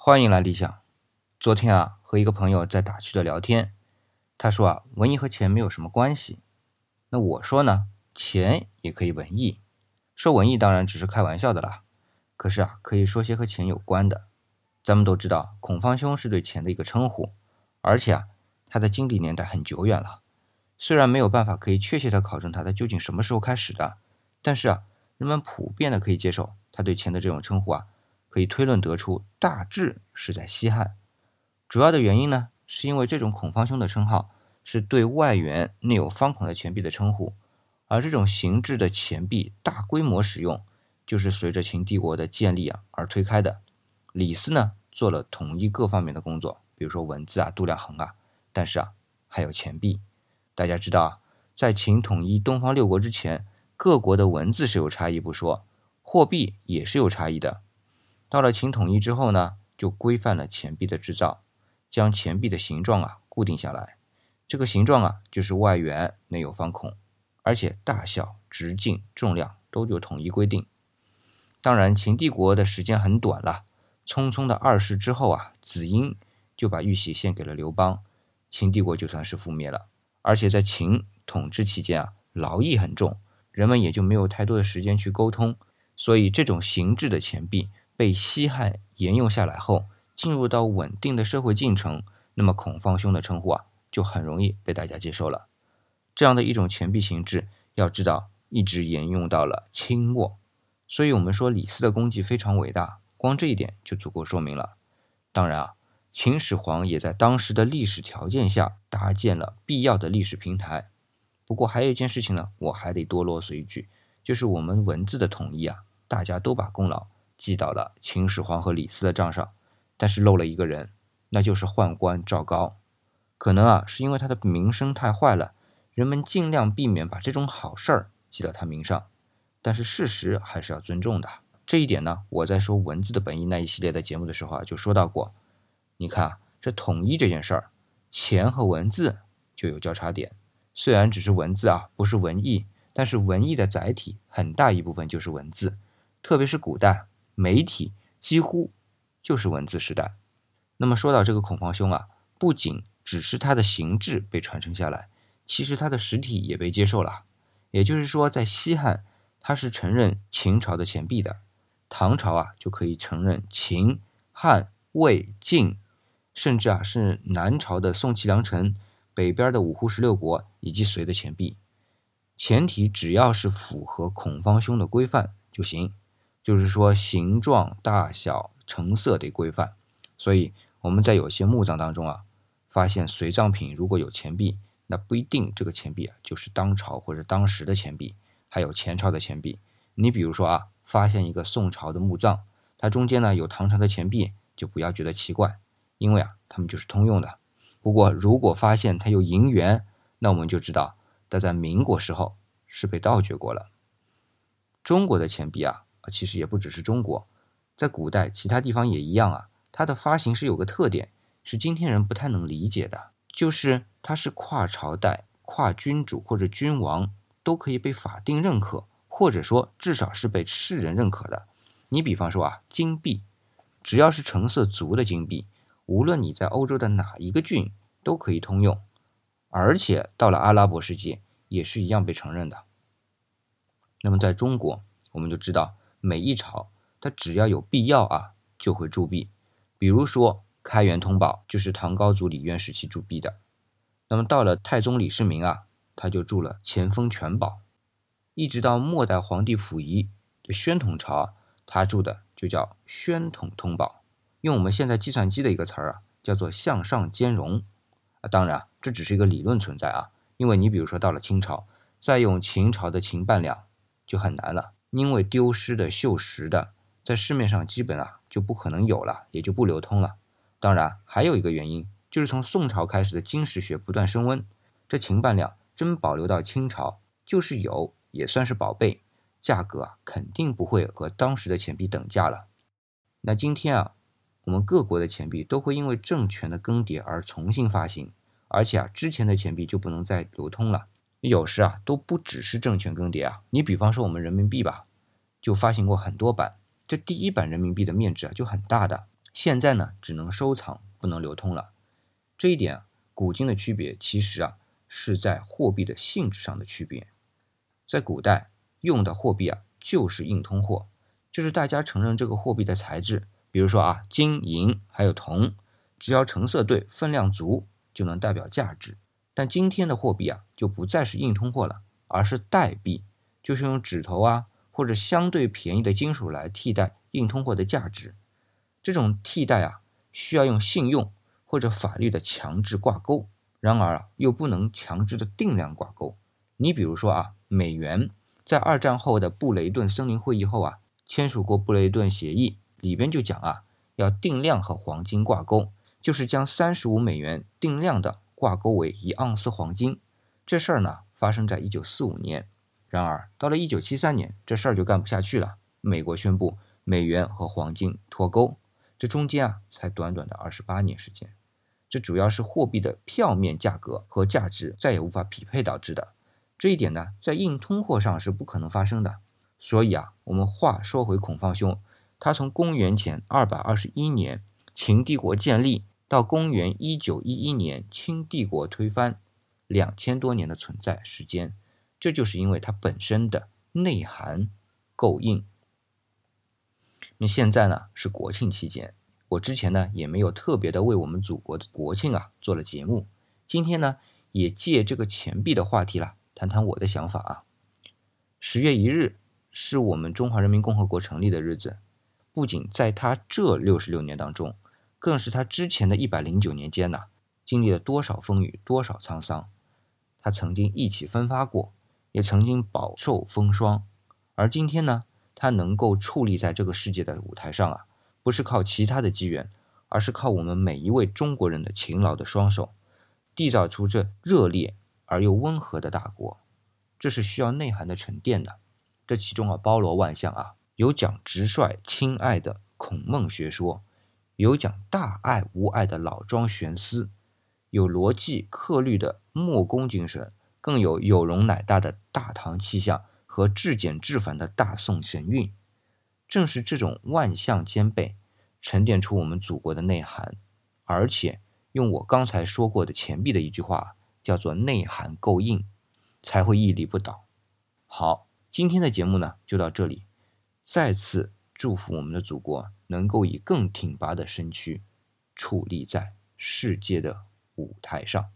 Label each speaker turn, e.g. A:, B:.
A: 欢迎来理想。昨天和一个朋友在打趣的聊天，他说文艺和钱没有什么关系。那我说呢，钱也可以文艺。说文艺当然只是开玩笑的啦，可是可以说些和钱有关的。咱们都知道，孔方兄是对钱的一个称呼，而且他的经历年代很久远了。虽然没有办法可以确切的考证他究竟什么时候开始的，但是人们普遍的可以接受他对钱的这种称呼可以推论得出大致是在西汉。主要的原因呢，是因为这种孔方兄的称号是对外圆内有方孔的钱币的称呼，而这种形制的钱币大规模使用，就是随着秦帝国的建立而推开的。李斯呢，做了统一各方面的工作，比如说文字度量衡但是还有钱币。大家知道在秦统一东方六国之前，各国的文字是有差异不说，货币也是有差异的。到了秦统一之后呢，就规范了钱币的制造，将钱币的形状固定下来。这个形状就是外圆内有方孔，而且大小、直径、重量都有统一规定。当然秦帝国的时间很短了，匆匆的2世之后子婴就把玉玺献给了刘邦，秦帝国就算是覆灭了。而且在秦统治期间劳役很重，人们也就没有太多的时间去沟通，所以这种形制的钱币被西汉沿用下来后，进入到稳定的社会进程，那么孔方兄的称呼就很容易被大家接受了。这样的一种钱币形制，要知道一直沿用到了清末，所以我们说李斯的功绩非常伟大，光这一点就足够说明了。当然秦始皇也在当时的历史条件下搭建了必要的历史平台。不过还有一件事情呢，我还得多啰嗦一句，就是我们文字的统一大家都把功劳记到了秦始皇和李斯的账上，但是漏了一个人，那就是宦官赵高。可能是因为他的名声太坏了，人们尽量避免把这种好事儿记到他名上，但是事实还是要尊重的。这一点呢，我在说文字的本意那一系列的节目的时候就说到过。你看这统一这件事儿，钱和文字就有交叉点。虽然只是文字不是文艺，但是文艺的载体很大一部分就是文字，特别是古代媒体几乎就是文字时代。那么说到这个孔方兄不仅只是他的形制被传承下来，其实他的实体也被接受了。也就是说在西汉他是承认秦朝的钱币的，唐朝就可以承认秦、汉、魏、晋，甚至是南朝的宋齐梁陈，北边的五胡16国以及隋的钱币。前提只要是符合孔方兄的规范就行，就是说形状、大小、成色得规范。所以我们在有些墓葬当中发现随葬品如果有钱币，那不一定这个钱币就是当朝或者当时的钱币，还有前朝的钱币。你比如说发现一个宋朝的墓葬，它中间呢有唐朝的钱币，就不要觉得奇怪，因为它们就是通用的。不过如果发现它有银元，那我们就知道它在民国时候是被盗掘过了。中国的钱币其实也不只是中国，在古代其他地方也一样它的发行是有个特点，是今天人不太能理解的，就是它是跨朝代、跨君主或者君王都可以被法定认可，或者说至少是被世人认可的。你比方说金币，只要是成色足的金币，无论你在欧洲的哪一个郡都可以通用，而且到了阿拉伯世界也是一样被承认的。那么在中国，我们就知道每一朝它只要有必要就会铸币。比如说开元通宝就是唐高祖李渊时期铸币的，那么到了太宗李世民他就铸了乾封全宝，一直到末代皇帝溥仪的宣统朝他铸的就叫宣统通宝，用我们现在计算机的一个词叫做向上兼容。当然这只是一个理论存在因为你比如说到了清朝，再用秦朝的秦半两就很难了，因为丢失的锈蚀的在市面上基本就不可能有了，也就不流通了。当然还有一个原因，就是从宋朝开始的金石学不断升温，这秦半两真保留到清朝，就是有也算是宝贝，价格肯定不会和当时的钱币等价了。那今天我们各国的钱币都会因为政权的更迭而重新发行，而且之前的钱币就不能再流通了。有时都不只是政权更迭你比方说我们人民币吧，就发行过很多版，这第一版人民币的面值就很大的， 现在呢只能收藏不能流通了。这一点古今的区别其实是在货币的性质上的区别。在古代用的货币就是硬通货，就是大家承认这个货币的材质，比如说金银还有铜，只要成色对分量足就能代表价值。但今天的货币就不再是硬通货了，而是代币，就是用指头或者相对便宜的金属来替代硬通货的价值。这种替代需要用信用或者法律的强制挂钩，然而又不能强制的定量挂钩。你比如说美元在二战后的布雷顿森林会议后签署过布雷顿协议，里边就讲要定量和黄金挂钩，就是将35美元定量的挂钩为1盎司黄金。这事儿呢发生在1945年，然而到了1973年，这事儿就干不下去了，美国宣布美元和黄金脱钩，这中间才短短的28年时间。这主要是货币的票面价格和价值再也无法匹配导致的。这一点呢，在硬通货上是不可能发生的。所以我们话说回孔方兄，他从公元前221年秦帝国建立到公元1911年清帝国推翻，2000多年的存在时间，这就是因为它本身的内涵够硬。那现在呢是国庆期间，我之前呢也没有特别的为我们祖国的国庆做了节目，今天呢也借这个钱币的话题谈谈我的想法10月1日是我们中华人民共和国成立的日子，不仅在它这66年当中，更是它之前的109年间经历了多少风雨，多少沧桑。它曾经意气风发过，也曾经饱受风霜，而今天呢，它能够矗立在这个世界的舞台上不是靠其他的机缘，而是靠我们每一位中国人的勤劳的双手，缔造出这热烈而又温和的大国。这是需要内涵的沉淀的，这其中包罗万象有讲直率亲爱的孔孟学说，有讲大爱无爱的老庄玄思，有逻辑克律的墨攻精神，更有有容乃大的大唐气象和至简至繁的大宋神韵。正是这种万象兼备，沉淀出我们祖国的内涵，而且用我刚才说过的钱币的一句话，叫做内涵够硬，才会屹立不倒。好，今天的节目呢就到这里，再次祝福我们的祖国能够以更挺拔的身躯矗立在世界的舞台上。